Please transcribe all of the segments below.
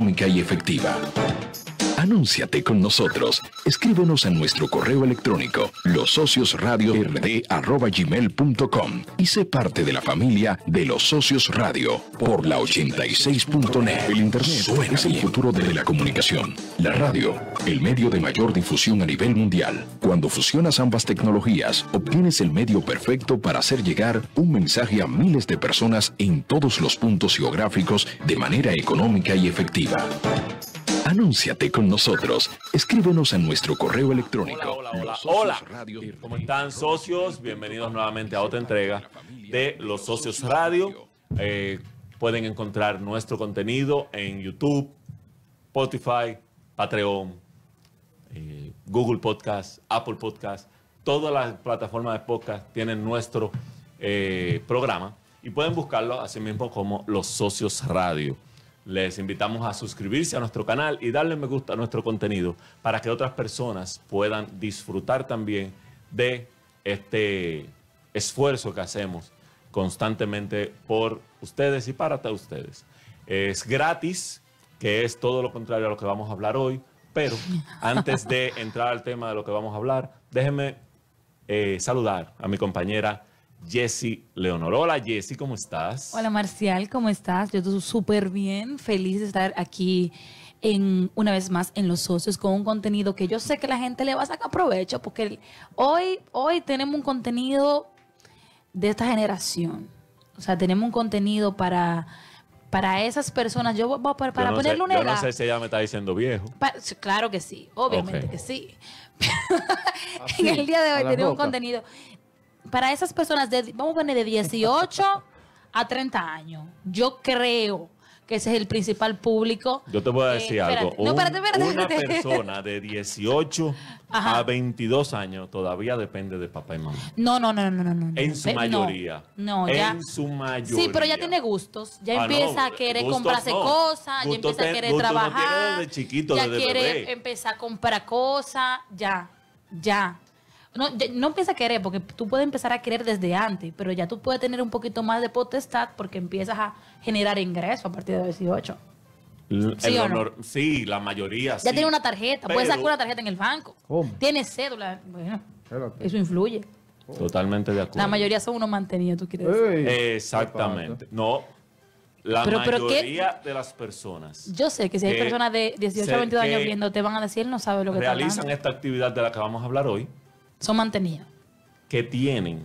y efectiva. Anúnciate con nosotros. Escríbenos a nuestro correo electrónico lossociosradiord@gmail.com y sé parte de la familia de Los Socios Radio por la 86.net. El Internet es el futuro de la comunicación. La radio, el medio de mayor difusión a nivel mundial. Cuando fusionas ambas tecnologías, obtienes el medio perfecto para hacer llegar un mensaje a miles de personas en todos los puntos geográficos de manera económica y efectiva. Anúnciate con nosotros. Escríbenos a nuestro correo electrónico. Hola. ¿Cómo están, socios? Bienvenidos nuevamente a otra entrega de Los Socios Radio. Pueden encontrar nuestro contenido en YouTube, Spotify, Patreon, Google Podcast, Apple Podcast. Todas las plataformas de podcast tienen nuestro programa y pueden buscarlo así mismo como Los Socios Radio. Les invitamos a suscribirse a nuestro canal y darle me gusta a nuestro contenido para que otras personas puedan disfrutar también de este esfuerzo que hacemos constantemente por ustedes y para ustedes. Es gratis, que es todo lo contrario a lo que vamos a hablar hoy, pero antes de entrar al tema de lo que vamos a hablar, déjenme saludar a mi compañera Jessy Leonor. Hola Jessy, ¿cómo estás? Hola Marcial, ¿cómo estás? Yo estoy súper bien, feliz de estar aquí una vez más en Los Socios con un contenido que yo sé que la gente le va a sacar provecho porque hoy tenemos un contenido de esta generación. O sea, tenemos un contenido para esas personas. Para ponerle una edad. Yo no sé si ella me está diciendo viejo. Claro que sí, obviamente que sí. Así, en el día de hoy tenemos un contenido para esas personas, vamos a poner de 18 a 30 años. Yo creo que ese es el principal público. Yo te voy a decir algo. Espérate. Una persona de 18 a 22 años todavía depende de papá y mamá. No. En su mayoría. No, ya. En su mayoría. Sí, pero ya tiene gustos. Ya empieza a querer comprarse cosas. Ya empieza a querer trabajar. No tiene desde chiquito, ya desde quiere bebé. empezar a comprar cosas. Ya. No empieza a querer, porque tú puedes empezar a querer desde antes, pero ya tú puedes tener un poquito más de potestad porque empiezas a generar ingresos a partir de 18. ¿Sí o no? Sí, la mayoría sí. Ya tiene una tarjeta, pero, puedes sacar una tarjeta en el banco. ¿Cómo? Tiene cédula. Bueno, Espérate. eso influye. Totalmente de acuerdo. La mayoría son unos mantenidos, tú quieres decir. Exactamente. No, la mayoría de las personas. Yo sé que si hay personas de 18 a 22 años viendo, te van a decir, no sabe lo que está hablando. Realizan esta actividad de la que vamos a hablar hoy. Son mantenidos. Que tienen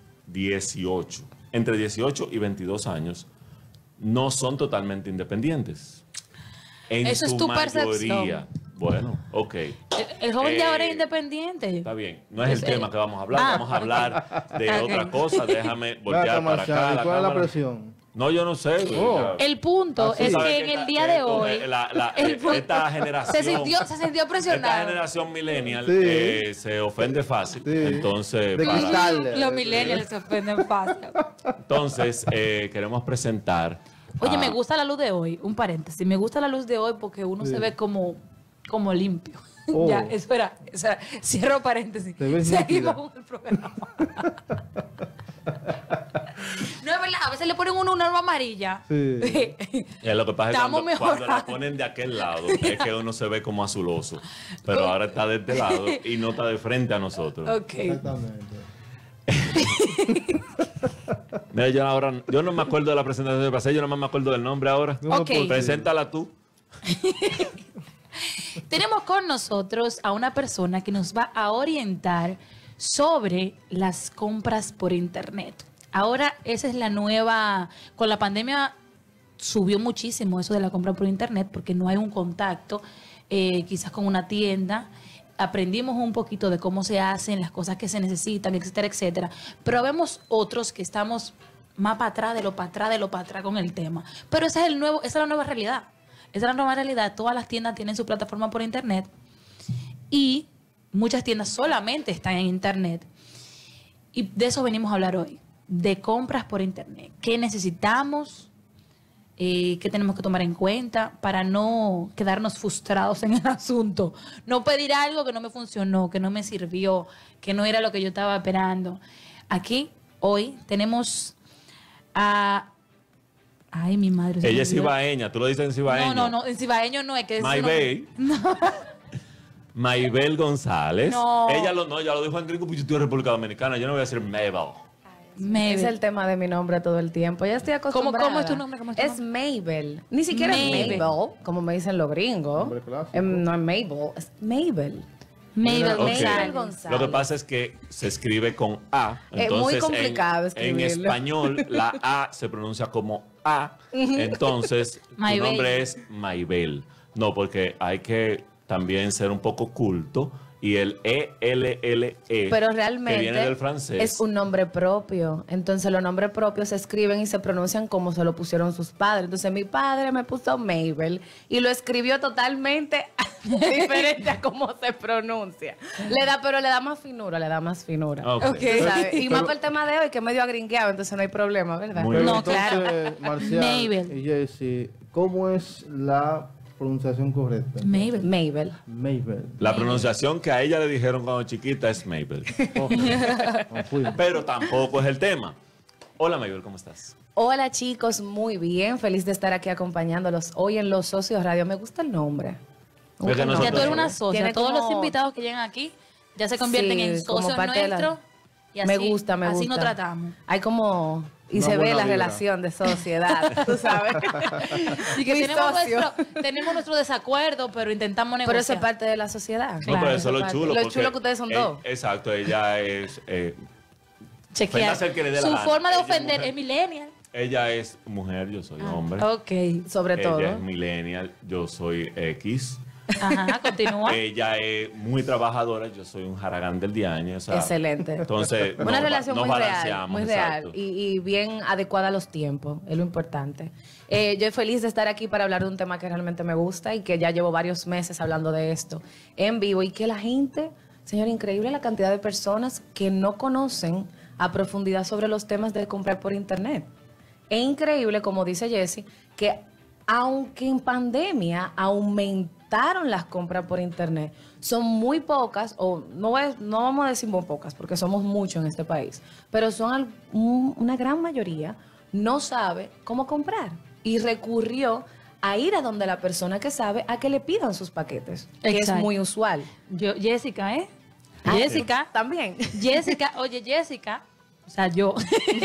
entre 18 y 22 años, no son totalmente independientes. Eso es tu percepción. Bueno, ok. El joven de ahora es independiente. Está bien. No es el tema que vamos a hablar. Vamos a hablar de otra cosa. Déjame voltear para acá. ¿Cuál es la presión? No, yo no sé. El punto es que en el día de hoy esta generación se sintió presionado. Esta generación millennial se ofende fácil. Sí. Entonces, los millennials se ofenden fácil. Entonces, queremos presentar. Oye, me gusta la luz de hoy. Un paréntesis. Me gusta la luz de hoy porque uno se ve como limpio. Ya, eso era. Cierro paréntesis. Seguimos con el programa. No es verdad, a veces le ponen una norma amarilla. Sí. Y lo que pasa es que cuando la mejorando. ponen de aquel lado, es que uno se ve como azuloso. Pero ahora está de este lado y no está de frente a nosotros. Ok. Exactamente. Mira, yo no me acuerdo de la presentación de paseo, yo no me acuerdo del nombre ahora. Ok. Preséntala tú. Tenemos con nosotros a una persona que nos va a orientar sobre las compras por internet. Ahora esa es la nueva, con la pandemia subió muchísimo eso de la compra por internet porque no hay un contacto quizás con una tienda. Aprendimos un poquito de cómo se hacen, las cosas que se necesitan, etcétera, etcétera. Pero vemos otros que estamos más para atrás de lo para atrás con el tema. Pero esa es la nueva realidad. Esa es la nueva realidad. Todas las tiendas tienen su plataforma por internet y muchas tiendas solamente están en internet. Y de eso venimos a hablar hoy, de compras por internet. ¿Qué necesitamos? ¿Qué tenemos que tomar en cuenta para no quedarnos frustrados en el asunto? No pedir algo que no me funcionó, que no me sirvió, que no era lo que yo estaba esperando. Aquí, hoy, tenemos a Ay, mi madre. se me Ella es olvidó. cibaeña, tú lo dices en cibaeño. No, en cibaeño no es que es. Maybel. Maybel González. No. Ella ya lo dijo en gringo, pues yo estoy en República Dominicana, yo no voy a decir Maybel. Es el tema de mi nombre todo el tiempo. Ya estoy acostumbrada. ¿Cómo es tu nombre? Es Mabel. Ni siquiera Mabel. es Mabel, como me dicen los gringos. Nombre clásico. No es Mabel, es Mabel. Maybel Ok. González. González. Lo que pasa es que se escribe con A. Es muy Entonces, complicado en escribirlo. español, la A se pronuncia como A. Entonces, tu Maybel. nombre es Maybel. No, porque hay que también ser un poco culto. Y el E-L-L-E, Pero que realmente viene del francés. es un nombre propio. Entonces los nombres propios se escriben y se pronuncian como se lo pusieron sus padres. Entonces mi padre me puso Mabel y lo escribió totalmente diferente a cómo se pronuncia. Pero le da más finura, le da más finura. Ok. Tú sabes. Y más por el tema de hoy, que es medio agringueado, entonces no hay problema, ¿verdad? Muy No, bien. claro. Marcial Mabel. y Jessy, ¿cómo es la pronunciación correcta? Maybel. Mabel. Mabel. La pronunciación que a ella le dijeron cuando chiquita es Maybel. Ok. Nos fuimos. Pero tampoco es el tema. Hola Maybel, ¿cómo estás? Hola chicos, muy bien. Feliz de estar aquí acompañándolos hoy en Los Socios Radio. Me gusta el nombre. Me Es que gusta el nosotros- Ya tú eres una socia. Tiene Todos como- los invitados que llegan aquí ya se convierten Sí, en como socios parte de la- nuestros. Y así, me gusta. Así nos tratamos. Hay como... Y Una se ve buena la vibra. relación de sociedad, tú sabes. Y que Mi socio. tenemos nuestro desacuerdo, pero intentamos negociar. Pero eso es parte de la sociedad. No, Claro, pero eso es lo parte. chulo. Lo porque chulo que ustedes son dos. Exacto, ella es... Chequear. Oféndase el que le dé la Su gana. forma de Ella es ofender mujer. es millennial. Ella es mujer, yo soy hombre. Ok. Sobre todo. Ella es millennial, yo soy X. Ajá, continúa. Ella es muy trabajadora, yo soy un jaragán del diaño. O sea, Excelente. Entonces, Una nos relación nos muy real, balanceamos, muy exacto. real y bien adecuada a los tiempos, es lo importante. Yo estoy feliz de estar aquí para hablar de un tema que realmente me gusta y que ya llevo varios meses hablando de esto en vivo y que la gente, señor, increíble la cantidad de personas que no conocen a profundidad sobre los temas de comprar por internet. Es increíble, como dice Jessy, que aunque en pandemia aumentaron las compras por internet, son muy pocas, o no vamos a decir muy pocas, porque somos muchos en este país, pero una gran mayoría no sabe cómo comprar y recurrió a ir a donde la persona que sabe a que le pidan sus paquetes, que es Exacto. muy usual. Yo, Jessica, ¿eh? Ah, Jessica. También. Jessica, oye, Jessica, o sea, yo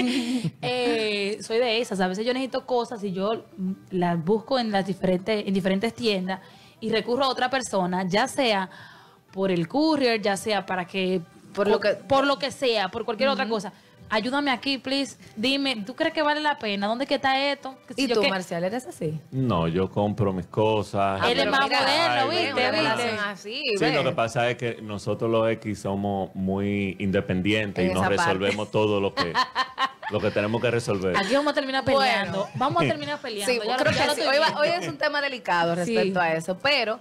soy de esas. A veces yo necesito cosas y yo las busco en diferentes tiendas y recurro a otra persona, ya sea por el courier, ya sea para que por lo que sea, por cualquier otra cosa. Ayúdame aquí, please. Dime, ¿tú crees que vale la pena? ¿Dónde que está esto? ¿Qué sé ¿Y yo tú, qué? Marcial, eres así? No, yo compro mis cosas. Él es pero más mira, moderno, ay, ¿viste? una ¿viste? relación así, Sí, ¿ves? lo que pasa es que nosotros los X somos muy independientes En y nos esa parte. resolvemos todo lo que tenemos que resolver. Aquí vamos a terminar Bueno. peleando. Vamos a terminar peleando. Sí, Ya lo- creo ya lo que sí. estoy Hoy viendo. es un tema delicado respecto Sí. a eso, pero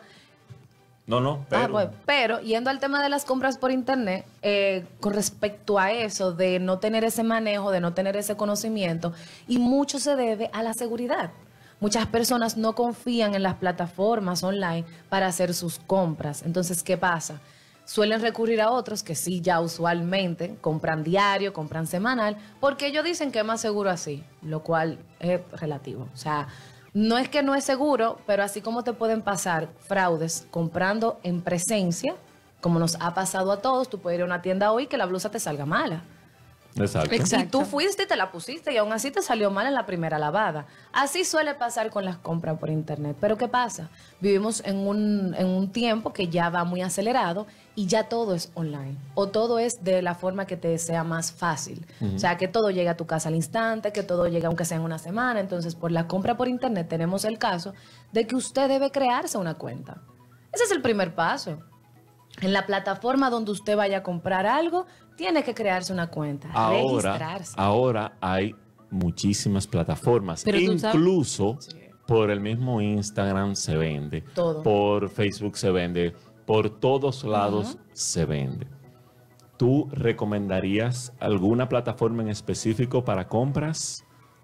Pero pero yendo al tema de las compras por internet, con respecto a eso, de no tener ese manejo, de no tener ese conocimiento, y mucho se debe a la seguridad. Muchas personas no confían en las plataformas online para hacer sus compras. Entonces, ¿qué pasa? Suelen recurrir a otros que sí ya usualmente compran diario, compran semanal, porque ellos dicen que es más seguro así, lo cual es relativo. O sea, no es que no es seguro, pero así como te pueden pasar fraudes comprando en presencia, como nos ha pasado a todos, tú puedes ir a una tienda hoy y que la blusa te salga mala. exacto. Exacto. Y tú fuiste y te la pusiste y aún así te salió mal en la primera lavada. Así suele pasar con las compras por internet. Pero ¿qué pasa? Vivimos en un tiempo que ya va muy acelerado y ya todo es online. O todo es de la forma que te sea más fácil. O sea, que todo llegue a tu casa al instante, que todo llegue aunque sea en una semana. Entonces, por la compra por internet tenemos el caso de que usted debe crearse una cuenta. Ese es el primer paso. En la plataforma donde usted vaya a comprar algo, tiene que crearse una cuenta, registrarse. Ahora hay muchísimas plataformas. Pero tú sabes- Incluso por el mismo Instagram se vende. Todo. Por Facebook se vende. Por todos lados se vende. ¿Tú recomendarías alguna plataforma en específico para compras?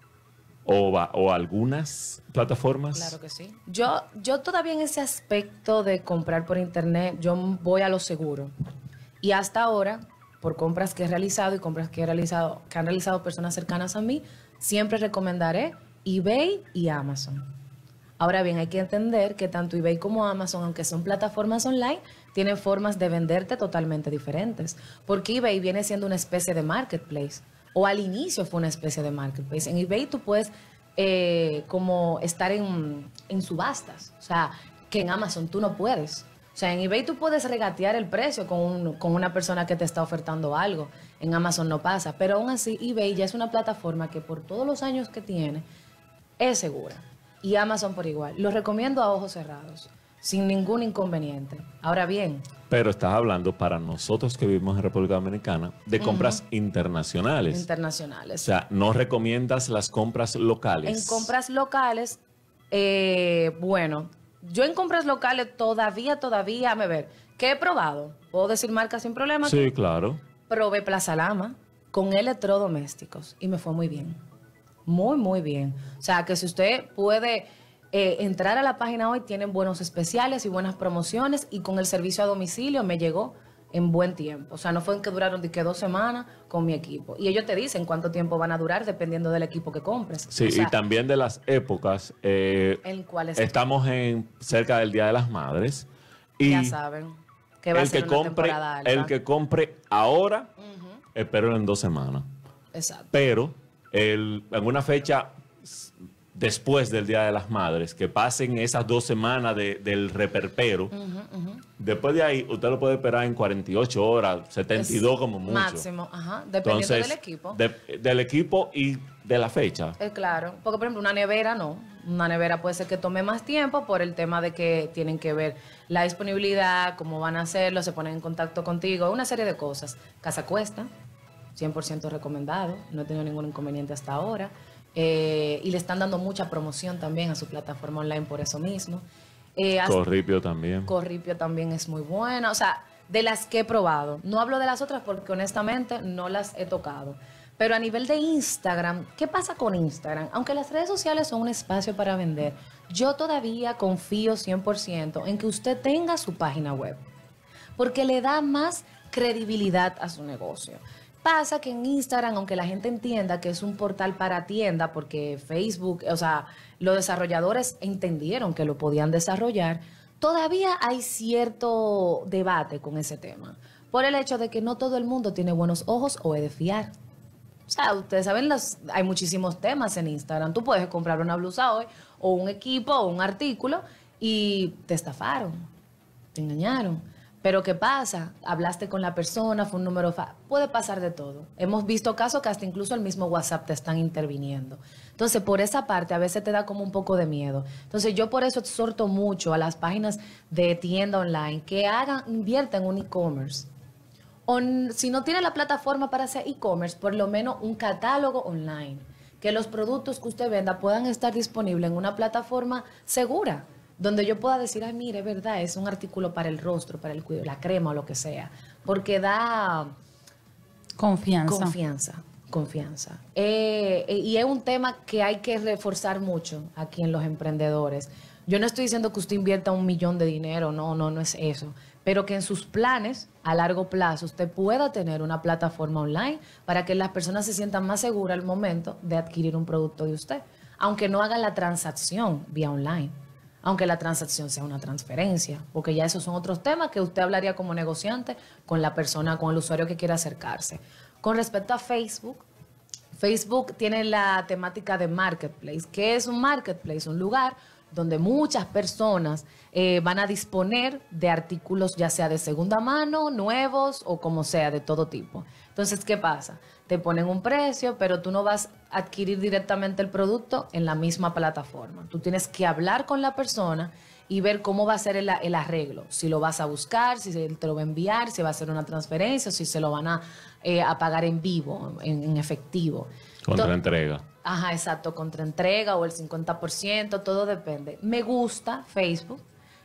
¿O algunas plataformas? Claro que sí. Yo todavía en ese aspecto de comprar por internet, yo voy a lo seguro. Y hasta ahora, por compras que he realizado y compras que han realizado personas cercanas a mí, siempre recomendaré eBay y Amazon. Ahora bien, hay que entender que tanto eBay como Amazon, aunque son plataformas online, tienen formas de venderte totalmente diferentes. Porque eBay viene siendo una especie de marketplace, o al inicio fue una especie de marketplace. En eBay tú puedes como estar en subastas, o sea, que en Amazon tú no puedes. O sea, en eBay tú puedes regatear el precio con una persona que te está ofertando algo. En Amazon no pasa. Pero aún así, eBay ya es una plataforma que por todos los años que tiene, es segura. Y Amazon por igual. Lo recomiendo a ojos cerrados, sin ningún inconveniente. Ahora bien... Pero estás hablando para nosotros que vivimos en República Dominicana de compras internacionales. Internacionales. O sea, ¿no recomiendas las compras locales? En compras locales, bueno, yo en compras locales todavía, me ver, ¿qué he probado? ¿Puedo decir marca sin problema? Sí, claro. Probé Plaza Lama con electrodomésticos y me fue muy bien. Muy, muy bien. O sea, que si usted puede entrar a la página hoy, tienen buenos especiales y buenas promociones y con el servicio a domicilio me llegó en buen tiempo. O sea, no fue que duraron de que 2 semanas con mi equipo. Y ellos te dicen cuánto tiempo van a durar dependiendo del equipo que compres. Sí, o sea, y también de las épocas. ¿en cuáles? Estamos cerca del Día de las Madres. Y ya saben que va a ser una temporada alta. El que compre ahora, espero en 2 semanas. Exacto. Pero en una fecha después del Día de las Madres, que pasen esas 2 semanas del reperpero, después de ahí usted lo puede esperar en 48 horas, 72 como mucho. Máximo, dependiendo Entonces, del equipo. Del equipo y de la fecha. Claro, porque por ejemplo una nevera no. Una nevera puede ser que tome más tiempo por el tema de que tienen que ver la disponibilidad, cómo van a hacerlo, se ponen en contacto contigo, una serie de cosas. Casa Cuesta, 100% recomendado, no he tenido ningún inconveniente hasta ahora. Y le están dando mucha promoción también a su plataforma online por eso mismo. Corripio también. Corripio también es muy buena. O sea, de las que he probado. No hablo de las otras porque honestamente no las he tocado. Pero a nivel de Instagram, ¿qué pasa con Instagram? Aunque las redes sociales son un espacio para vender, yo todavía confío 100% en que usted tenga su página web. Porque le da más credibilidad a su negocio. Pasa que en Instagram, aunque la gente entienda que es un portal para tienda, porque Facebook, o sea, los desarrolladores entendieron que lo podían desarrollar, todavía hay cierto debate con ese tema. Por el hecho de que no todo el mundo tiene buenos ojos o es de fiar. O sea, ustedes saben, hay muchísimos temas en Instagram. Tú puedes comprar una blusa hoy, o un equipo, o un artículo, y te estafaron, te engañaron. Pero ¿qué pasa? Hablaste con la persona, fue un número... Puede pasar de todo. Hemos visto casos que hasta incluso el mismo WhatsApp te están interviniendo. Entonces, por esa parte, a veces te da como un poco de miedo. Entonces, yo por eso exhorto mucho a las páginas de tienda online que inviertan en un e-commerce. O si no tiene la plataforma para hacer e-commerce, por lo menos un catálogo online. Que los productos que usted venda puedan estar disponibles en una plataforma segura. Donde yo pueda decir, ay, mire, es verdad, es un artículo para el rostro, para el cuidado, la crema o lo que sea. Porque da... Confianza. Y es un tema que hay que reforzar mucho aquí en los emprendedores. Yo no estoy diciendo que usted invierta $1 millón de dinero, no es eso. Pero que en sus planes, a largo plazo, usted pueda tener una plataforma online para que las personas se sientan más seguras al momento de adquirir un producto de usted. Aunque no hagan la transacción vía online. Aunque la transacción sea una transferencia, porque ya esos son otros temas que usted hablaría como negociante con la persona, con el usuario que quiera acercarse. Con respecto a Facebook, Facebook tiene la temática de marketplace. ¿Qué es un marketplace? Un lugar donde muchas personas van a disponer de artículos ya sea de segunda mano, nuevos o como sea, de todo tipo. Entonces, ¿qué pasa? Te ponen un precio, pero tú no vas a adquirir directamente el producto en la misma plataforma. Tú tienes que hablar con la persona y ver cómo va a ser el arreglo. Si lo vas a buscar, si te lo va a enviar, si va a ser una transferencia, si se lo van a pagar en vivo, en efectivo. Contraentrega. Ajá, exacto, contraentrega o el 50%, todo depende. Me gusta Facebook.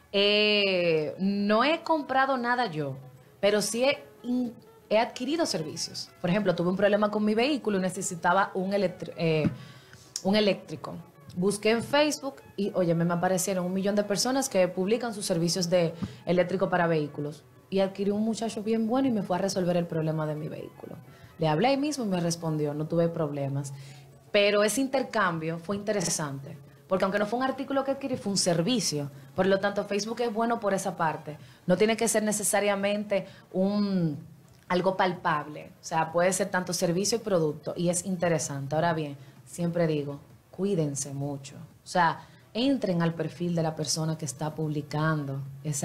No he comprado nada yo, pero sí he adquirido servicios. Por ejemplo, tuve un problema con mi vehículo y necesitaba un eléctrico. Busqué en Facebook y, oye, me aparecieron 1 millón de personas que publican sus servicios de eléctrico para vehículos. Y adquirí un muchacho bien bueno y me fue a resolver el problema de mi vehículo. Le hablé ahí mismo y me respondió, no tuve problemas. Pero ese intercambio fue interesante. Porque aunque no fue un artículo que adquirí, fue un servicio. Por lo tanto, Facebook es bueno por esa parte. No tiene que ser necesariamente algo palpable. O sea, puede ser tanto servicio y producto. Y es interesante. Ahora bien, siempre digo, cuídense mucho. O sea, entren al perfil de la persona que está publicando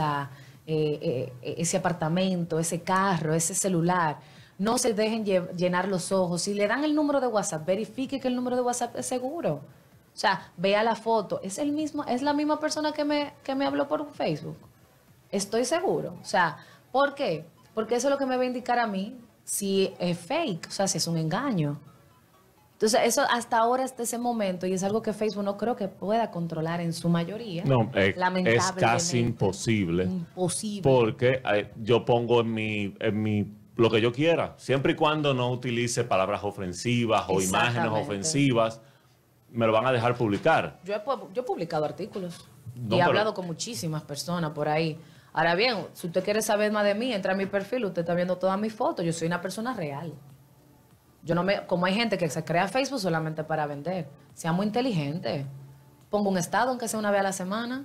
ese apartamento, ese carro, ese celular. No se dejen llenar los ojos. Si le dan el número de WhatsApp, verifique que el número de WhatsApp es seguro. O sea, vea la foto. Es la misma persona que me habló por Facebook. Estoy seguro. O sea, ¿por qué? Porque eso es lo que me va a indicar a mí si es fake, o sea, si es un engaño. Entonces, eso hasta ahora, hasta ese momento, y es algo que Facebook no creo que pueda controlar en su mayoría. No, es lamentablemente. casi imposible. Imposible. Porque yo pongo en mi lo que yo quiera, siempre y cuando no utilice palabras ofensivas o imágenes ofensivas, me lo van a dejar publicar. Yo he publicado artículos No, y he pero- hablado con muchísimas personas por ahí. Ahora bien, si usted quiere saber más de mí, entra a mi perfil, usted está viendo todas mis fotos. Yo soy una persona real. Yo no como hay gente que se crea Facebook solamente para vender. Sea muy inteligente. Pongo un estado, aunque sea una vez a la semana.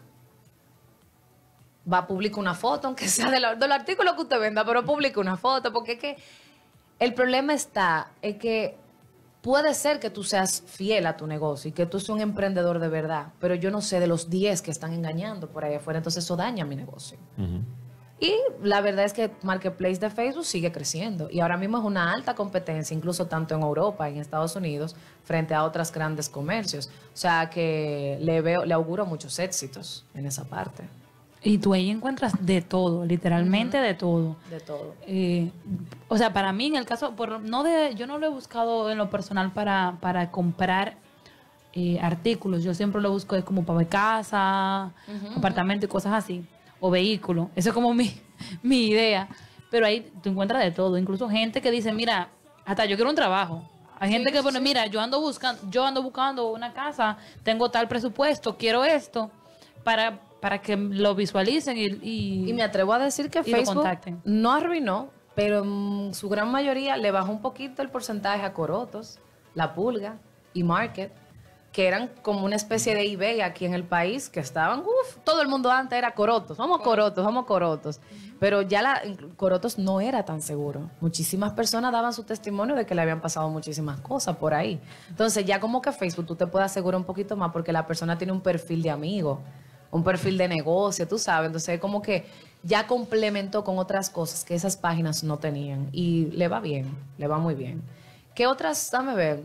Va a publicar una foto, aunque sea del artículo que usted venda, pero publica una foto. Porque es que el problema es que puede ser que tú seas fiel a tu negocio y que tú seas un emprendedor de verdad, pero yo no sé de los 10 que están engañando por ahí afuera, entonces eso daña mi negocio. Y la verdad es que Marketplace de Facebook sigue creciendo y ahora mismo es una alta competencia, incluso tanto en Europa y en Estados Unidos, frente a otros grandes comercios. O sea que le auguro muchos éxitos en esa parte. Y tú ahí encuentras de todo, literalmente de todo. De todo. O sea, para mí, en el caso, yo no lo he buscado en lo personal para comprar artículos. Yo siempre lo busco es como para ver casa, apartamento y cosas así. O vehículo. Eso es como mi idea. Pero ahí tú encuentras de todo. Incluso gente que dice, mira, hasta yo quiero un trabajo. Hay gente que pone, mira, yo ando buscando una casa, tengo tal presupuesto, quiero esto, para que lo visualicen y me atrevo a decir que y lo Facebook contacten. no arruinó, pero en su gran mayoría le bajó un poquito el porcentaje a Corotos, La Pulga y Market, que eran como una especie de eBay aquí en el país, que estaban, todo el mundo antes era Corotos, vamos Corotos. Pero ya Corotos no era tan seguro. Muchísimas personas daban su testimonio de que le habían pasado muchísimas cosas por ahí. Entonces ya como que Facebook tú te puedes asegurar un poquito más porque la persona tiene un perfil de amigo, un perfil de negocio, tú sabes. Entonces como que ya complementó con otras cosas que esas páginas no tenían. Y le va bien, le va muy bien. ¿Qué otras? Dame ver.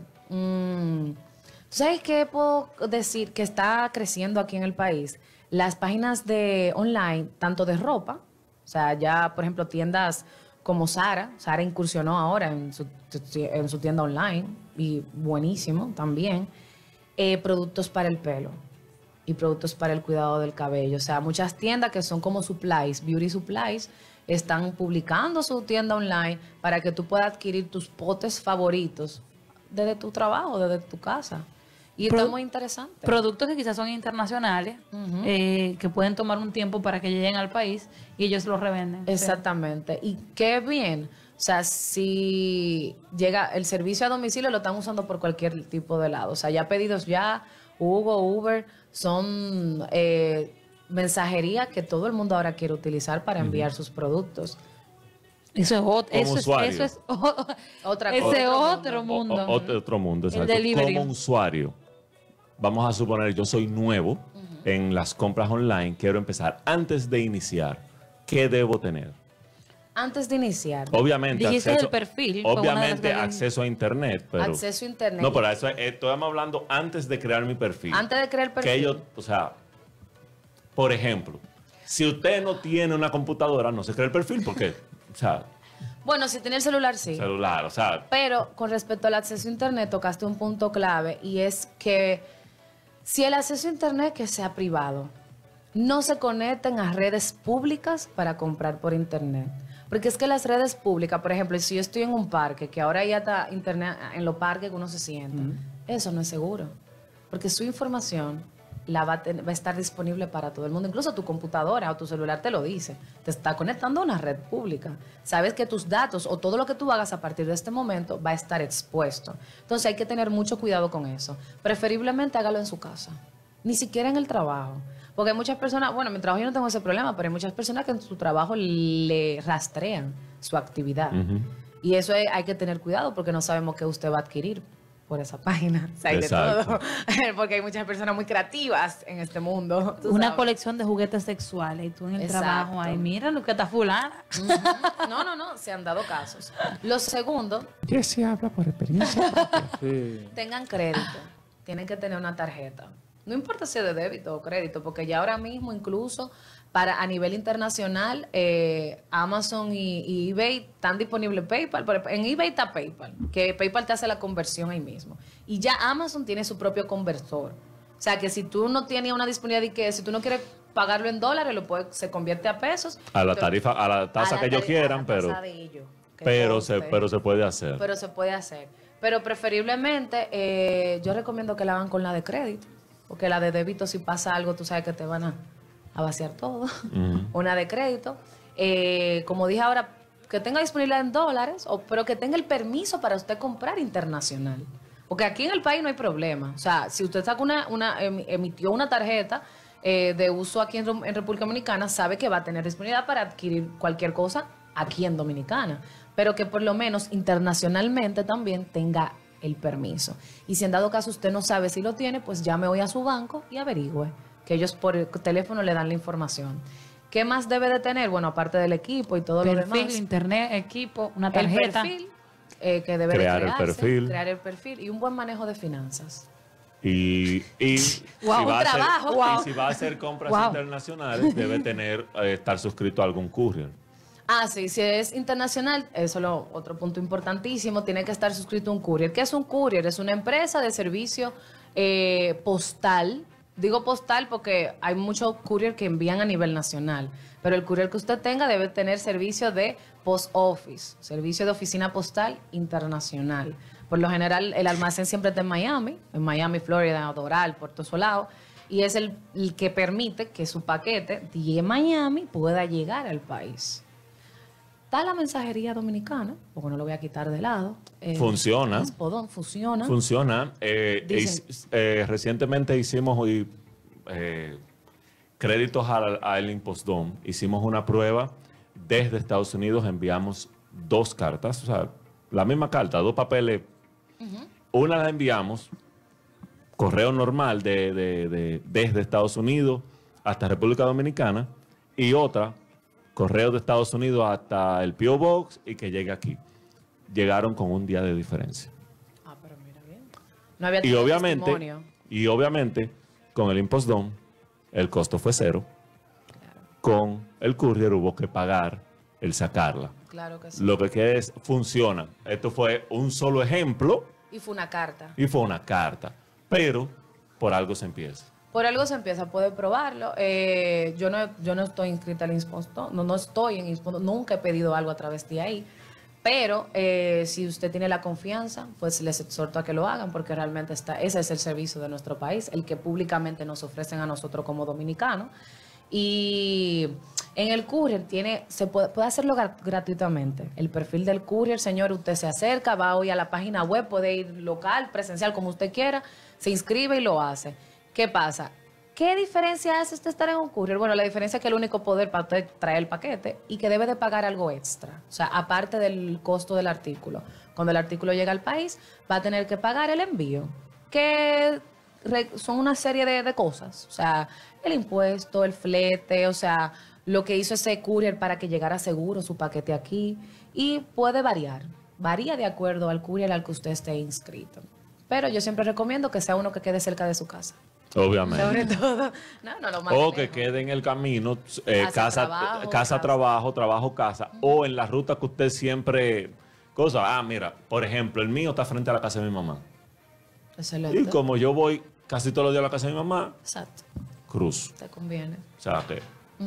¿Tú sabes qué puedo decir que está creciendo aquí en el país? Las páginas de online, tanto de ropa, o sea, ya, por ejemplo, tiendas como Zara incursionó ahora en su tienda online, y buenísimo también. Productos para el pelo y productos para el cuidado del cabello. O sea, muchas tiendas que son como supplies, beauty supplies, están publicando su tienda online para que tú puedas adquirir tus potes favoritos desde tu trabajo, desde tu casa. Y está muy interesante. Productos que quizás son internacionales, que pueden tomar un tiempo para que lleguen al país y ellos los revenden. Exactamente. Y qué bien. O sea, si llega el servicio a domicilio, lo están usando por cualquier tipo de lado. O sea, ya pedidos ya, Hugo, Uber, son mensajería que todo el mundo ahora quiere utilizar para enviar sus productos. Eso es Otra cosa. Ese otro mundo. Otro mundo, El exacto. delivery. Como usuario, vamos a suponer, yo soy nuevo en las compras online, quiero empezar. Antes de iniciar, ¿qué debo tener? Antes de iniciar. Obviamente, Dijiste el perfil, fue una de las obviamente que- acceso a internet. Pero, Acceso a internet. No, pero eso estamos hablando antes de crear mi perfil. Antes de crear el perfil. Que yo, o sea, por ejemplo, si usted no tiene una computadora, no se crea el perfil porque, o sea, Bueno, si tiene el celular, sí. celular, o sea, Pero con respecto al acceso a internet, tocaste un punto clave y es que si el acceso a internet que sea privado, no se conecten a redes públicas para comprar por internet. Porque es que las redes públicas, por ejemplo, si yo estoy en un parque, que ahora ya está internet en los parques que uno se sienta, eso no es seguro. Porque su información va a estar disponible para todo el mundo. Incluso tu computadora o tu celular te lo dice. Te está conectando a una red pública. Sabes que tus datos o todo lo que tú hagas a partir de este momento va a estar expuesto. Entonces hay que tener mucho cuidado con eso. Preferiblemente hágalo en su casa. Ni siquiera en el trabajo. Porque hay muchas personas, bueno, en mi trabajo yo no tengo ese problema, pero hay muchas personas que en su trabajo le rastrean su actividad. Y eso hay que tener cuidado porque no sabemos qué usted va a adquirir por esa página. O sea, hay de todo. Porque hay muchas personas muy creativas en este mundo. Una colección de juguetes sexuales y tú en el trabajo, ay, mira lo que está fulana. No, se han dado casos. Lo segundo, Jessy habla por experiencia propia. Sí. tengan crédito. Tienen que tener una tarjeta. No importa si es de débito o crédito, porque ya ahora mismo incluso a nivel internacional, Amazon y eBay están disponibles PayPal. En eBay está PayPal, que PayPal te hace la conversión ahí mismo. Y ya Amazon tiene su propio conversor. O sea, que si tú no tienes una disponibilidad y que si tú no quieres pagarlo en dólares, se convierte a pesos. A la tarifa, a la tasa que ellos quieran, pero se puede hacer. Pero se puede hacer. Pero preferiblemente, yo recomiendo que la hagan con la de crédito. Porque la de débito, si pasa algo, tú sabes que te van a vaciar todo. Una de crédito. Como dije ahora, que tenga disponibilidad en dólares, pero que tenga el permiso para usted comprar internacional. Porque aquí en el país no hay problema. O sea, si usted saca emitió una tarjeta de uso aquí en República Dominicana, sabe que va a tener disponibilidad para adquirir cualquier cosa aquí en Dominicana. Pero que por lo menos internacionalmente también tenga el permiso. Y si en dado caso usted no sabe si lo tiene, pues llame hoy a su banco y averigüe, que ellos por el teléfono le dan la información. ¿Qué más debe de tener? Bueno, aparte del equipo y todo lo demás. Perfil, internet, equipo, una tarjeta. El perfil que debe crear de crearse, crear el perfil y un buen manejo de finanzas. Y Wow, si va un trabajo. y si va a hacer compras Wow. internacionales, debe estar suscrito a algún courier. Ah, sí, si es internacional, eso es otro punto importantísimo, tiene que estar suscrito a un courier. ¿Qué es un courier? Es una empresa de servicio postal. Digo postal porque hay muchos courier que envían a nivel nacional, pero el courier que usted tenga debe tener servicio de post office, servicio de oficina postal internacional. Por lo general, el almacén siempre está en Miami, Florida, Doral, Puerto Solado, y es el que permite que su paquete de Miami pueda llegar al país. Está la mensajería dominicana, porque no lo voy a quitar de lado. Funciona. Funciona. Funciona. Recientemente hicimos créditos al Impostón. Hicimos una prueba desde Estados Unidos. Enviamos 2 cartas, o sea, la misma carta, 2 papeles. Una la enviamos, correo normal desde Estados Unidos hasta República Dominicana, y otra, correo de Estados Unidos hasta el P.O. Box y que llegue aquí. Llegaron con un día de diferencia. Ah, pero mira bien. No había Y obviamente, con el Impostón, el costo fue 0. Claro. Con el courier hubo que pagar el sacarla. Claro que sí. Lo que queda es, funciona. Esto fue un solo ejemplo Y fue una carta. y fue una carta. Pero por algo se empieza. Por algo se empieza, puede probarlo. Yo no estoy inscrita al Impostón, no estoy en Impostón, nunca he pedido algo a través de ahí. Pero si usted tiene la confianza, pues les exhorto a que lo hagan, porque realmente ese es el servicio de nuestro país, el que públicamente nos ofrecen a nosotros como dominicanos. Y en el courier se puede hacerlo gratuitamente. El perfil del courier, señor, usted se acerca, va hoy a la página web, puede ir local, presencial, como usted quiera, se inscribe y lo hace. ¿Qué pasa? ¿Qué diferencia hace usted estar en un courier? Bueno, la diferencia es que el único poder para usted traer el paquete y que debe de pagar algo extra. O sea, aparte del costo del artículo. Cuando el artículo llega al país, va a tener que pagar el envío, que son una serie de cosas. O sea, el impuesto, el flete, o sea, lo que hizo ese courier para que llegara seguro su paquete aquí. Y puede variar. Varía de acuerdo al courier al que usted esté inscrito. Pero yo siempre recomiendo que sea uno que quede cerca de su casa. Obviamente. Sobre todo, no lo más O lejos. que quede en el camino, trabajo, casa, trabajo, casa. O en la ruta que usted siempre... mira, por ejemplo, el mío está frente a la casa de mi mamá. Excelente. Y como yo voy casi todos los días a la casa de mi mamá, Exacto, cruzo. te conviene. O sea que...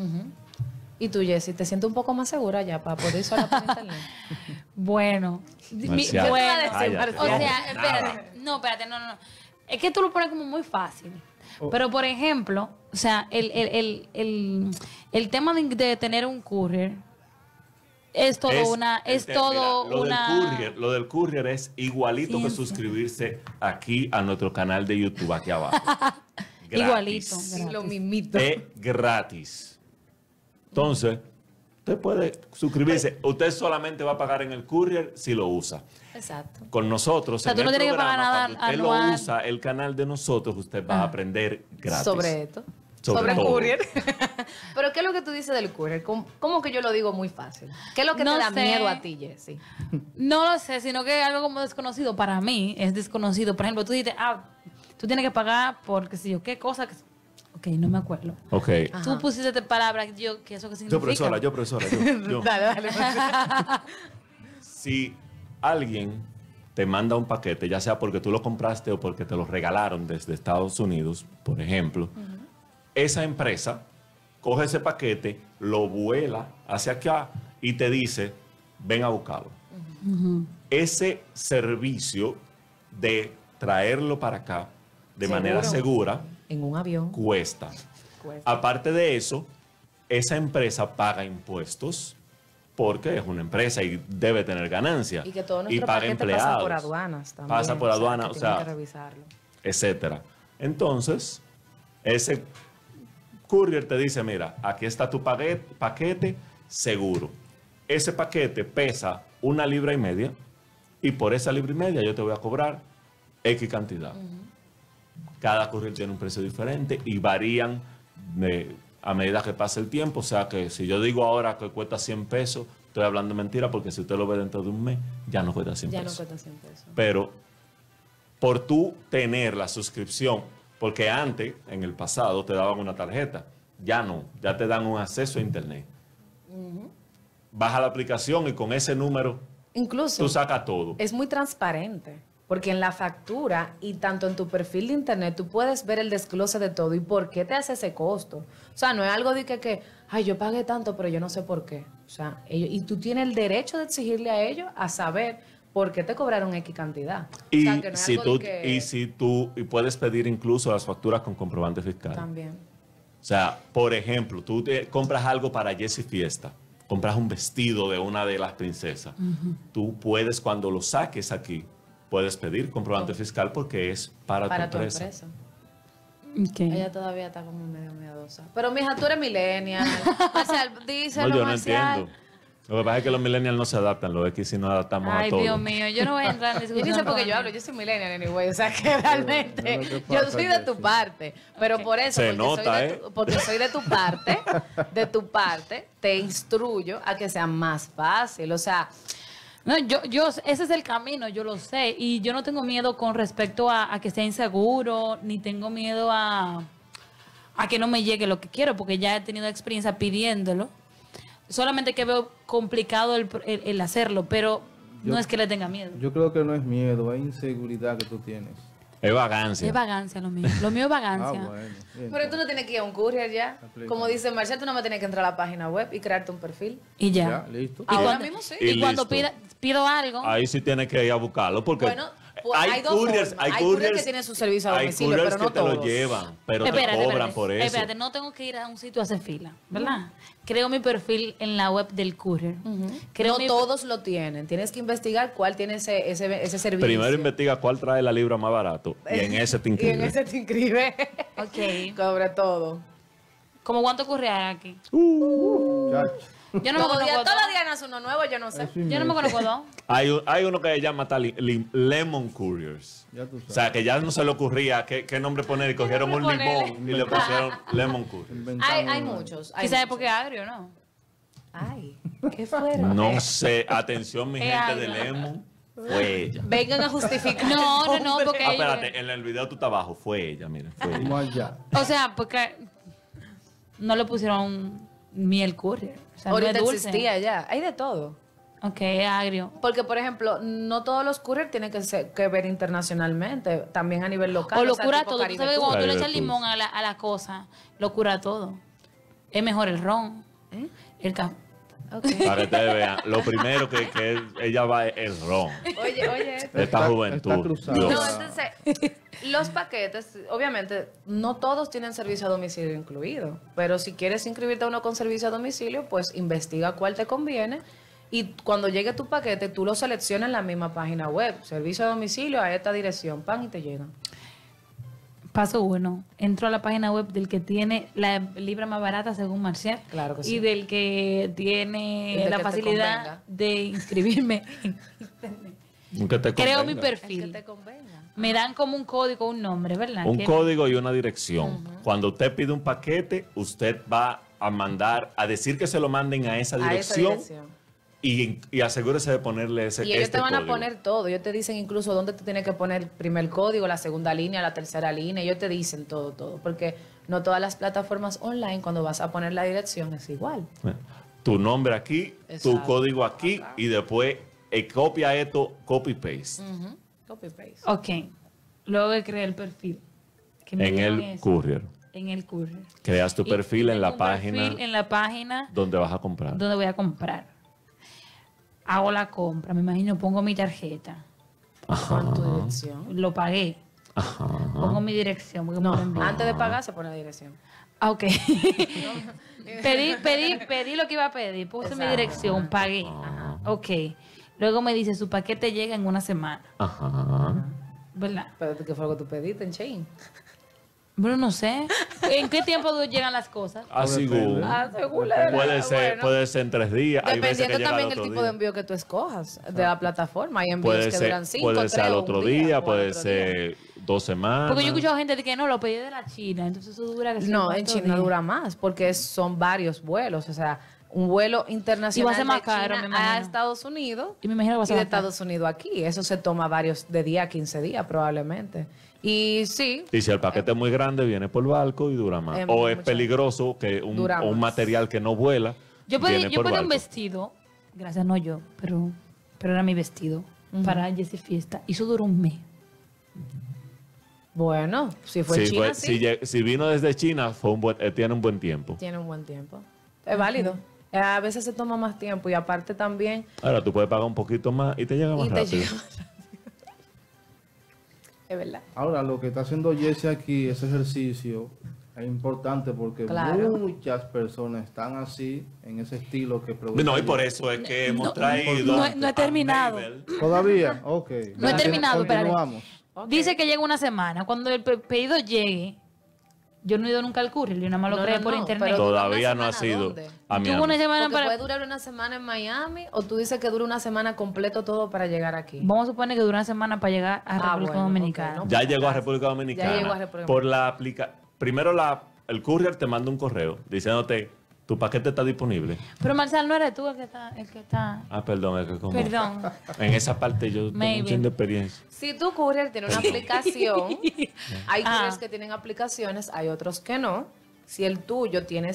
¿Y tú, Jessy, te sientes un poco más segura ya para poder ir sola por internet? Bueno, Marcial, bueno, cállate. o sea, Nada. espérate, no, no. Es que tú lo pones como muy fácil. Pero, por ejemplo, o sea, el tema de tener un courier es todo Lo del courier es igualito que suscribirse aquí a nuestro canal de YouTube, aquí abajo. Igualito. Sí, lo mismito. Es gratis. Entonces, usted puede suscribirse. Usted solamente va a pagar en el courier si lo usa. Exacto. Con nosotros, sea, tú no tienes que pagar nada cuando usted anual. lo usa, el canal de nosotros, usted va a aprender gratis. Sobre esto. Sobre todo. courier. Pero ¿qué es lo que tú dices del courier? ¿Cómo que yo lo digo muy fácil? ¿Qué es lo que No te da sé. miedo a ti, Jessy? No lo sé, sino que algo como desconocido para mí es desconocido. Por ejemplo, tú dices, tú tienes que pagar por qué sé yo, qué cosa. Ok, no me acuerdo. Ok. Tú pusiste palabras, que eso qué significa. Yo, profesora. Yo. Dale. Si alguien te manda un paquete, ya sea porque tú lo compraste o porque te lo regalaron desde Estados Unidos, por ejemplo, esa empresa coge ese paquete, lo vuela hacia acá y te dice, ven a buscarlo. Ese servicio de traerlo para acá de manera segura En un avión. cuesta. Aparte de eso, esa empresa paga impuestos porque es una empresa y debe tener ganancias. Y que todo y nuestro paga paquete empleados. pasa por aduanas también. Pasa por aduanas, que o tienen sea, que revisarlo. etcétera. Entonces, ese courier te dice, mira, aquí está tu paquete seguro. Ese paquete pesa 1,5 libras y por esa 1,5 libras yo te voy a cobrar X cantidad. Cada courier tiene un precio diferente y varían a medida que pasa el tiempo. O sea que si yo digo ahora que cuesta 100 pesos, estoy hablando mentira porque si usted lo ve dentro de un mes, ya no cuesta 100 Ya no pesos. cuesta 100 pesos. Pero por tú tener la suscripción, porque antes, en el pasado, te daban una tarjeta. Ya no, ya te dan un acceso a internet. Baja la aplicación y con ese número Incluso tú sacas todo. es muy transparente. Porque en la factura y tanto en tu perfil de internet tú puedes ver el desglose de todo y por qué te hace ese costo. O sea, no es algo de que ay, yo pagué tanto, pero yo no sé por qué. O sea, y tú tienes el derecho de exigirle a ellos a saber por qué te cobraron X cantidad. Y o sea, que no es si algo tú, de que... y puedes pedir incluso las facturas con comprobante fiscal. También. O sea, por ejemplo, tú te compras algo para Jessie Fiesta, compras un vestido de una de las princesas. Tú puedes, cuando lo saques aquí, puedes pedir comprobante fiscal porque es para tu empresa. Okay. Ella todavía está como medio miedosa. Pero mija, tú eres millennial. Marcial, díselo, No, yo no Marcial. entiendo. Lo que pasa es que los millennials no se adaptan, los X sí nos adaptamos a Ay, todo. Dios mío, yo no voy a entrar en Yo discusión. ni sé por qué con- yo hablo, yo soy millennial anyway, o sea que realmente lo que yo pasa, soy de tu Jessie. parte, pero por eso, Se porque, nota, soy porque soy de tu parte, te instruyo a que sea más fácil, o sea, No, ese es el camino, yo lo sé. Y yo no tengo miedo con respecto a que sea inseguro, ni tengo miedo a que no me llegue lo que quiero, porque ya he tenido experiencia pidiéndolo. Solamente que veo complicado el hacerlo, pero no Yo- es que le tenga miedo. Yo creo que no es miedo, es inseguridad que tú tienes. Es vagancia. Es vagancia lo mío. Lo mío es Ah, vagancia. bueno. Bien, pero tú no tienes que ir a un courier ya. Aplica. Como dice Marcial, tú no me tienes que entrar a la página web y crearte un perfil. Y ya. Ya, listo. Y Ahora cuando, mismo sí. Y y cuando listo. pido algo, Ahí sí tienes que ir a buscarlo porque Bueno, pues hay dos formas. Hay couriers que tienen su servicio a hay domicilio, couriers pero no que te lo todos. llevan, pero te espérate, cobran espérate, por eso. espérate, no tengo que ir a un sitio a hacer fila, ¿verdad? Creo mi perfil en la web del courier. Creo No mi- todos lo tienen. Tienes que investigar cuál tiene ese servicio. Primero investiga cuál trae la libra más barato y en ese te Y en inscribes. ese te inscribe. Ok. Sobre todo. ¿Cómo cuánto courier hay aquí? Chacho, Yo no me Todos los días conozco dos. nace uno nuevo, yo no sé. eso Yo no me inmenso. conozco dos. Hay uno que se llama Lemon Couriers. Ya tú O sabes. sea, que ya no se le ocurría qué nombre poner y cogieron un nombre limón ponerle? y le pusieron Lemon Couriers. Inventaron Hay una. muchos. Hay Quizás es muchos. porque es agrio, ¿no? Ay, qué fuerte. No sé, atención mi Es gente de algo. Lemon, fue ella. Vengan a justificar. No, porque Ah, ellos- espérate, en el video tú estás abajo, fue ella, miren, fue ella. Vamos allá. O sea, porque no le pusieron miel courier. O sea, no Ahorita es dulce. existía ya. Hay de todo. Ok, es agrio. Porque, por ejemplo, no todos los couriers tienen que ver internacionalmente, también a nivel local. O lo sea, cura tipo todo. Tú Caribe sabes que Tour. cuando tú le Caribe echas limón a la cosa, lo cura todo. Es mejor el ron. ¿Eh? El café. Ok. Para que ustedes vean. Lo primero que ella va es el ron. Oye. Esta Está juventud. cruzado. Dios. No, entonces, los paquetes, obviamente, no todos tienen servicio a domicilio incluido, pero si quieres inscribirte a uno con servicio a domicilio, pues investiga cuál te conviene y cuando llegue tu paquete, tú lo seleccionas en la misma página web, servicio a domicilio a esta dirección, pan y te llegan. Paso 1. Entro a la página web del que tiene la libra más barata según Marcial. Claro que sí. Y del que tiene El de la que te facilidad convenga. de inscribirme. Que te Creo mi convenga. perfil. El que te convenga. Me dan como un código, un nombre, ¿verdad? Un Que- código y una dirección. Cuando usted pide un paquete, usted va a mandar, a decir que se lo manden a esa A esa dirección, dirección. y asegúrese de ponerle ese Y ellos este te van a código. poner todo. Ellos te dicen incluso dónde te tienes que poner el primer código, la segunda línea, la tercera línea. Ellos te dicen todo. Porque no todas las plataformas online, cuando vas a poner la dirección, es igual. Tu nombre aquí, tu Exacto. código aquí, y después copia esto, copy-paste. Copy paste. Ok. Luego de crear el perfil. Que me En dieron el eso. courier. En el courier. Creas tu Y perfil en tengo la un página perfil en la página donde vas a comprar. donde voy a comprar. Hago la compra, me imagino, pongo mi tarjeta. Con tu dirección. Lo pagué. Ajá. Pongo mi dirección. Porque me lo envían. Antes de pagar se pone la dirección. Ah, ok. pedí lo que iba a pedir. Puse mi Exacto. dirección, pagué. Ok. Luego me dice, su paquete llega en una semana. Ajá. ¿Verdad? Pero ¿qué fue lo que tú pediste en Chain? Bueno, no sé. ¿En qué tiempo llegan las cosas? Así Depende. Según puede ser en 3 días. Hay veces que Dependiendo llega también al el otro tipo de día. envío que tú escojas de la plataforma. Hay envíos Puede que ser, duran 5, puede ser 3 al o otro un día, o puede al otro ser 2 semanas. Porque yo he escuchado gente de que no, lo pedí de la China. Entonces eso dura que sí, No, en ¿cuántos China días? dura más porque son varios vuelos. O sea, un vuelo internacional Y va a ser más de caro, China me a imagino. Estados Unidos Y me imagino que va a y ser de más caro. Estados Unidos aquí. Eso se toma varios de día a 15 días probablemente. Y sí, Y si el paquete es muy grande, viene por barco y dura más. O es mucho. peligroso que Dura un más. material que no vuela. Yo viene pedí un por barco. vestido, gracias, no yo, pero era mi vestido para Jessie Fiesta. Y eso duró un mes. bueno, si fue en Si, China, fue- sí. si vino desde China, tiene un buen tiempo. Tiene un buen tiempo. Es válido. A veces se toma más tiempo y aparte también Ahora tú puedes pagar un poquito más y te llega más y te rápido. llega más rápido. Es verdad. Ahora, lo que está haciendo Jesse aquí, ese ejercicio, es importante porque Claro. muchas personas están así, en ese estilo que preguntan. No, y por eso es que hemos traído. no he terminado. a Mabel. ¿Todavía? Ok. No he terminado, espérate. Continuamos. Ok. Dice que llega una semana. Cuando el pedido llegue, yo no he ido nunca al courier, yo nada más lo No, creé no, por no, internet. pero- Todavía ¿Una no ha semana sido dónde? a Tuvo una Miami. semana Porque para... puede durar una semana en Miami o tú dices que dura una semana completo todo para llegar aquí. Vamos a suponer que dura una semana para llegar a República bueno, Dominicana. ok, no. Ya llegó a República Dominicana. Ya llegó a República Por la primero el courier te manda un correo diciéndote tu paquete está disponible. Pero Marcial, no eres tú el que está... Ah, perdón, es que como Perdón. en esa parte yo tengo Maybe. un chin de experiencia. Si tu courier tiene una aplicación, hay Ah. couriers que tienen aplicaciones, hay otros que no. Si el tuyo tiene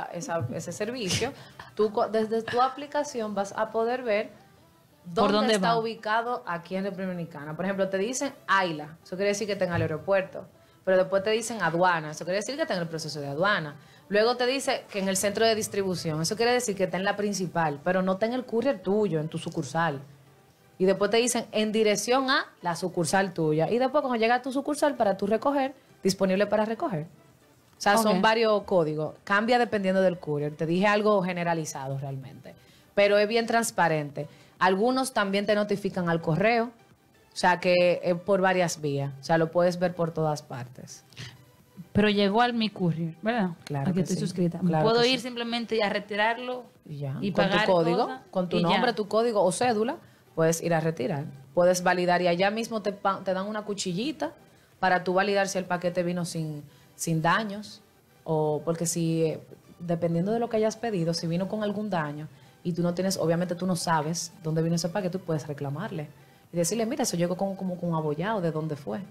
ese servicio, desde tu aplicación vas a poder ver ¿Por dónde dónde está va? ubicado aquí en República Dominicana. Por ejemplo, te dicen Aila, eso quiere decir que está en el aeropuerto. Pero después te dicen aduana, eso quiere decir que está en el proceso de aduana. Luego te dice que en el centro de distribución, eso quiere decir que está en la principal, pero no está en el courier tuyo, en tu sucursal. Y después te dicen en dirección a la sucursal tuya. Y después cuando llega a tu sucursal para tú recoger, disponible para recoger. O sea, son Ok. varios códigos. Cambia dependiendo del courier. Te dije algo generalizado realmente. Pero es bien transparente. Algunos también te notifican al correo. O sea, que es por varias vías. O sea, lo puedes ver por todas partes. Pero llegó al mi courier, ¿verdad? Claro Al que que estoy sí. suscrita. Claro Puedo que ir sí. simplemente a retirarlo Y ya. y con pagar tu código, cosas, con tu y nombre, ya. tu código o cédula, puedes ir a retirar. Puedes validar y allá mismo te dan una cuchillita para tú validar si el paquete vino sin daños. O porque si, dependiendo de lo que hayas pedido, si vino con algún daño y tú no tienes, obviamente tú no sabes dónde vino ese paquete, tú puedes reclamarle. Y decirle, mira, eso llegó como con abollado, ¿de dónde fue?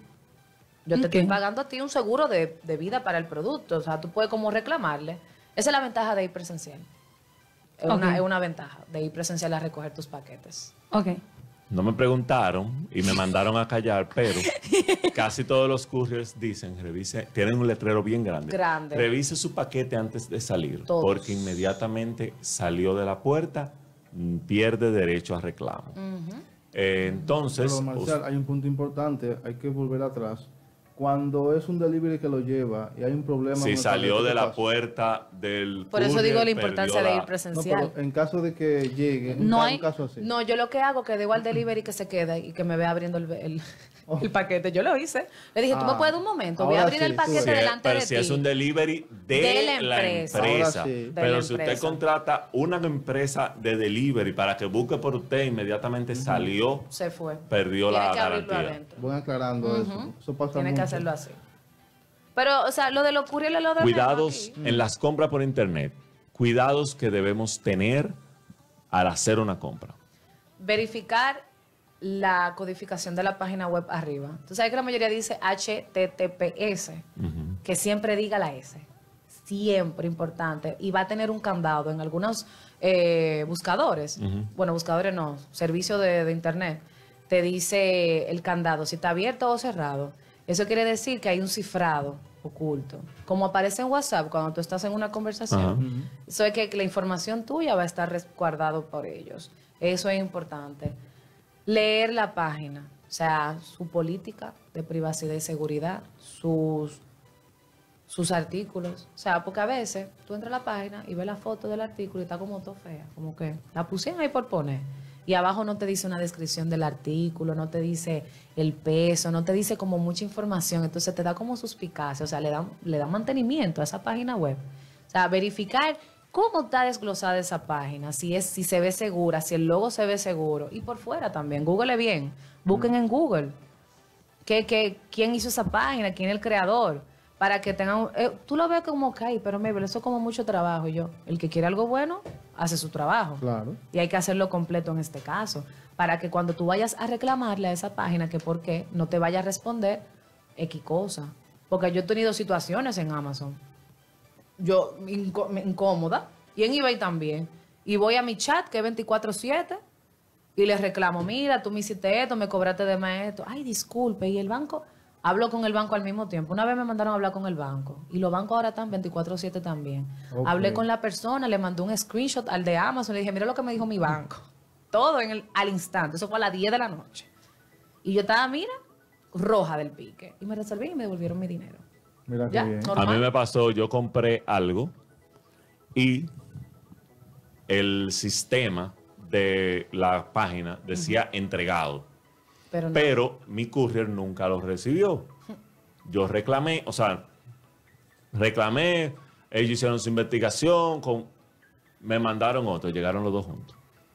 Yo te Ok. estoy pagando a ti un seguro de vida para el producto. O sea, tú puedes como reclamarle. Esa es la ventaja de ir presencial. Es Ok. una ventaja de ir presencial a recoger tus paquetes. Ok. No me preguntaron y me mandaron a callar, pero casi todos los couriers dicen, revise, tienen un letrero bien grande. Revise su paquete antes de salir, Todos. porque inmediatamente salió de la puerta, pierde derecho a reclamo. Entonces, Pero, Marcial, hay un punto importante, hay que volver atrás. Cuando es un delivery que lo lleva y hay un problema... si con salió el de la paquete, puerta del Por eso courier, digo la importancia perdió de ir la- No, presencial. pero en caso de que llegue, No un hay- caso así. No, yo lo que hago es que digo al delivery que se quede y que me vea abriendo el paquete. Yo lo hice. Le dije, tú me puedes dar un momento, voy a Ahora abrir sí, el tú paquete Sí, ves. delante pero de si ti. es un delivery de, De la la empresa. empresa. Ahora sí. Pero De la si usted empresa. contrata una empresa de delivery para que busque por usted, inmediatamente salió, Se fue. perdió Tiene la que abrirlo garantía. adentro. Voy aclarando eso. Eso pasa Tiene que mucho. hacerlo así. Pero, o sea, lo de los couriers lo de Cuidados menos aquí. en las compras por internet. Cuidados que debemos tener al hacer una compra. Verificar la codificación de la página web arriba. Tú sabes que la mayoría dice HTTPS, que siempre diga la S. Siempre importante. Y va a tener un candado en algunos buscadores. Bueno, buscadores no, servicio de internet. Te dice el candado si está abierto o cerrado. Eso quiere decir que hay un cifrado oculto. Como aparece en WhatsApp cuando tú estás en una conversación. Ajá. Eso es que la información tuya va a estar resguardado por ellos. Eso es importante. Leer la página, o sea, su política de privacidad y seguridad, sus artículos. O sea, porque a veces tú entras a la página y ves la foto del artículo y está como todo fea, como que la pusieron ahí por poner. Y abajo no te dice una descripción del artículo, no te dice el peso, no te dice como mucha información. Entonces te da como suspicacia, o sea, le da mantenimiento a esa página web. O sea, verificar cómo está desglosada esa página, si se ve segura, si el logo se ve seguro. Y por fuera también, google bien, busquen en Google quién hizo esa página, quién es el creador, para que tengan... tú lo ves como que, ay, pero Mabel, eso es como mucho trabajo. Y yo, el que quiere algo bueno, hace su trabajo. Claro. Y hay que hacerlo completo en este caso, para que cuando tú vayas a reclamarle a esa página que por qué, no te vaya a responder X cosa. Porque yo he tenido situaciones en Amazon. Yo incómoda, y en eBay también. Y voy a mi chat, que es 24/7, y les reclamo, mira, tú me hiciste esto, me cobraste de más esto. Ay, disculpe, y el banco... Hablo con el banco al mismo tiempo. Una vez me mandaron a hablar con el banco. Y los bancos ahora están 24/7 también. Ok. Hablé con la persona, le mandé un screenshot al de Amazon. Le dije, mira lo que me dijo mi banco. Todo al instante. Eso fue a las 10 de la noche. Y yo estaba, mira, roja del pique. Y me resolví y me devolvieron mi dinero. Mira qué Ya, bien. normal. A mí me pasó, yo compré algo y el sistema de la página decía entregado, Pero no. pero mi courier nunca lo recibió. Yo reclamé, ellos hicieron su investigación, me mandaron otro, llegaron los dos juntos.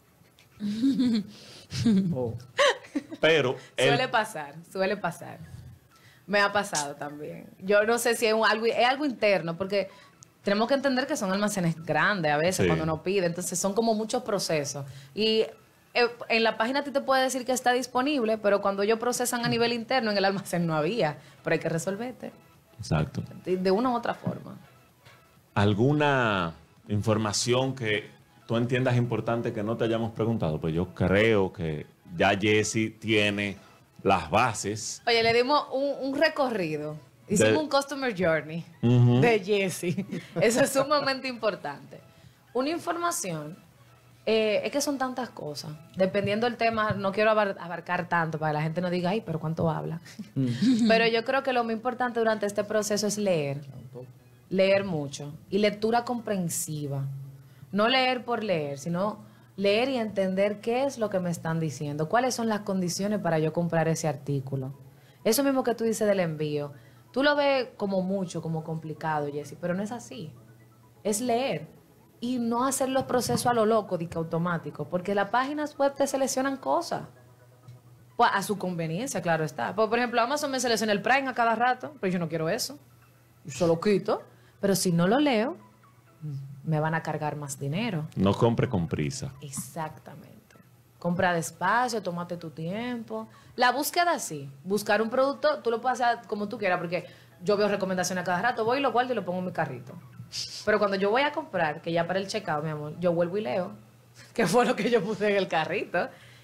Oh. Pero Suele pasar. Me ha pasado también. Yo no sé si es algo interno, porque tenemos que entender que son almacenes grandes a veces Sí. cuando uno pide, entonces son como muchos procesos. Y en la página a ti te puede decir que está disponible, pero cuando ellos procesan a nivel interno en el almacén no había, pero hay que resolverte exacto. de una u otra forma. ¿Alguna información que tú entiendas importante que no te hayamos preguntado? Pues yo creo que ya Jessy tiene las bases. Oye, le dimos un recorrido. Hicimos un Customer Journey Ujú. de Jessy. Eso es sumamente importante. Una información, es que son tantas cosas. Dependiendo del tema, no quiero abarcar tanto para que la gente no diga, ay, pero ¿cuánto habla? Pero yo creo que lo más importante durante este proceso es leer. Leer mucho. Y lectura comprensiva. No leer por leer, sino leer y entender qué es lo que me están diciendo. Cuáles son las condiciones para yo comprar ese artículo. Eso mismo que tú dices del envío. Tú lo ves como mucho, como complicado, Jessy, pero no es así. Es leer y no hacer los procesos a lo loco, de que automático, porque las páginas web te seleccionan cosas. Pues a su conveniencia, claro está. Por ejemplo, Amazon me selecciona el Prime a cada rato, pero yo no quiero eso. Yo solo quito. Pero si no lo leo, me van a cargar más dinero. No compre con prisa. Exactamente. Compra despacio, tómate tu tiempo. La búsqueda sí. Buscar un producto, tú lo puedes hacer como tú quieras, porque yo veo recomendaciones a cada rato, voy y lo guardo y lo pongo en mi carrito. Pero cuando yo voy a comprar, que ya para el checkout, mi amor, yo vuelvo y leo qué fue lo que yo puse en el carrito.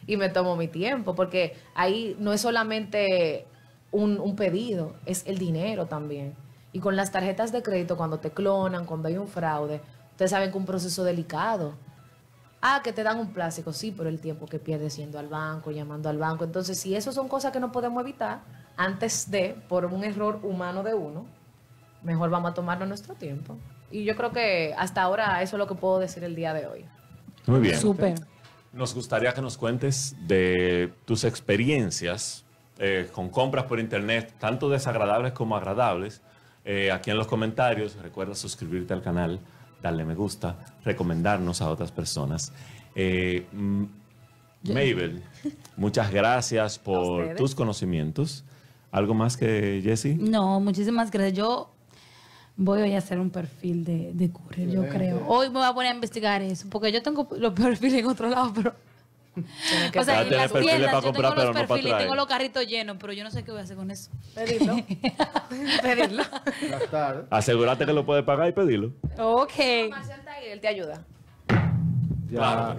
y me tomo mi tiempo, porque ahí no es solamente un pedido, es el dinero también. Y con las tarjetas de crédito, cuando te clonan, cuando hay un fraude, ustedes saben que es un proceso delicado. Ah, que te dan un plástico, sí, pero el tiempo que pierdes yendo al banco, llamando al banco. Entonces, si eso son cosas que no podemos evitar, antes de, por un error humano de uno, mejor vamos a tomarnos nuestro tiempo. Y yo creo que hasta ahora eso es lo que puedo decir el día de hoy. Muy bien. Súper. Nos gustaría que nos cuentes de tus experiencias con compras por internet, tanto desagradables como agradables. Aquí en los comentarios, recuerda suscribirte al canal, darle me gusta, recomendarnos a otras personas. Mabel, muchas gracias por tus conocimientos. ¿Algo más que Jessie? No, muchísimas gracias. Yo voy hoy a hacer un perfil de courier, yo creo. Hoy me voy a poner a investigar eso, porque yo tengo los perfiles en otro lado, pero... O sea, en las tiendas yo tengo los perfiles y tengo los carritos llenos, pero yo no sé qué voy a hacer con eso. Pedirlo. Pedirlo. Gastar. Asegúrate que lo puedes pagar y pedirlo. Ok. Él te ayuda. Ya,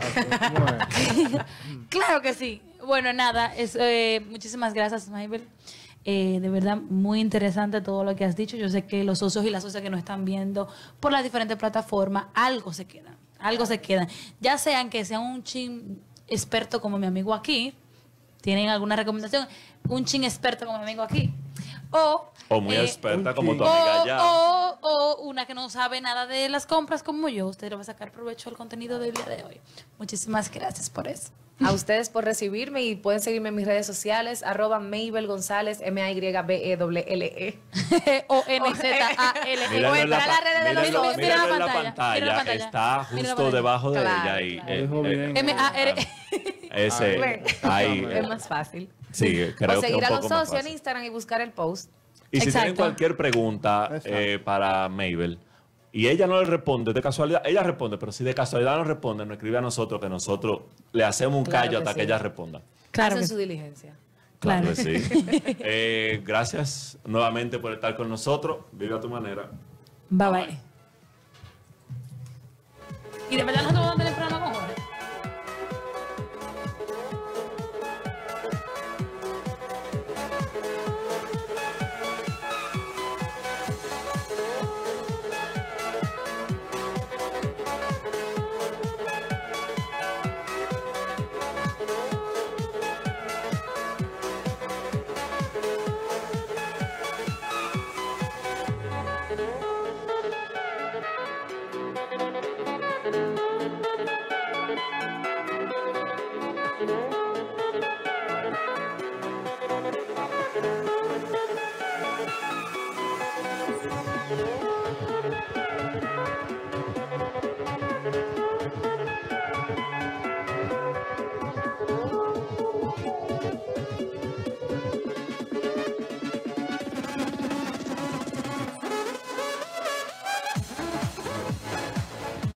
Claro que sí. Bueno, nada, muchísimas gracias, Mabel. De verdad, muy interesante todo lo que has dicho. Yo sé que los socios y las socias que nos están viendo por las diferentes plataformas, algo se queda. Algo se queda. Ya sean que sean un chin experto como mi amigo aquí, tienen alguna recomendación, un chin experto como mi amigo aquí, o muy experta como tu amiga ya. o una que no sabe nada de las compras como yo. Usted le va a sacar provecho al contenido del día de hoy. Muchísimas gracias por eso. A ustedes por recibirme y pueden seguirme en mis redes sociales, @Mabel González, MAYBELLE. ONZAL. Míralo en Entrar a las redes de los socios. míralo en la pantalla. Está justo debajo de ella. Ahí. Dijo bien. MAR. Ese, ahí. Es más fácil. Sí, creo O que seguir un a los poco más socios en fácil. Instagram y buscar el post. Y si tienen Exacto. cualquier pregunta para Mabel y ella no le responde de casualidad, ella responde, pero si de casualidad no responde, nos escribe a nosotros que nosotros le hacemos un Claro callo que hasta sí. que ella responda. Claro Hacen que su sí. diligencia. Claro. que sí. Gracias nuevamente por estar con nosotros. Vive a tu manera. Bye bye. Y de verdad nosotros vamos a tener programa con Jorge.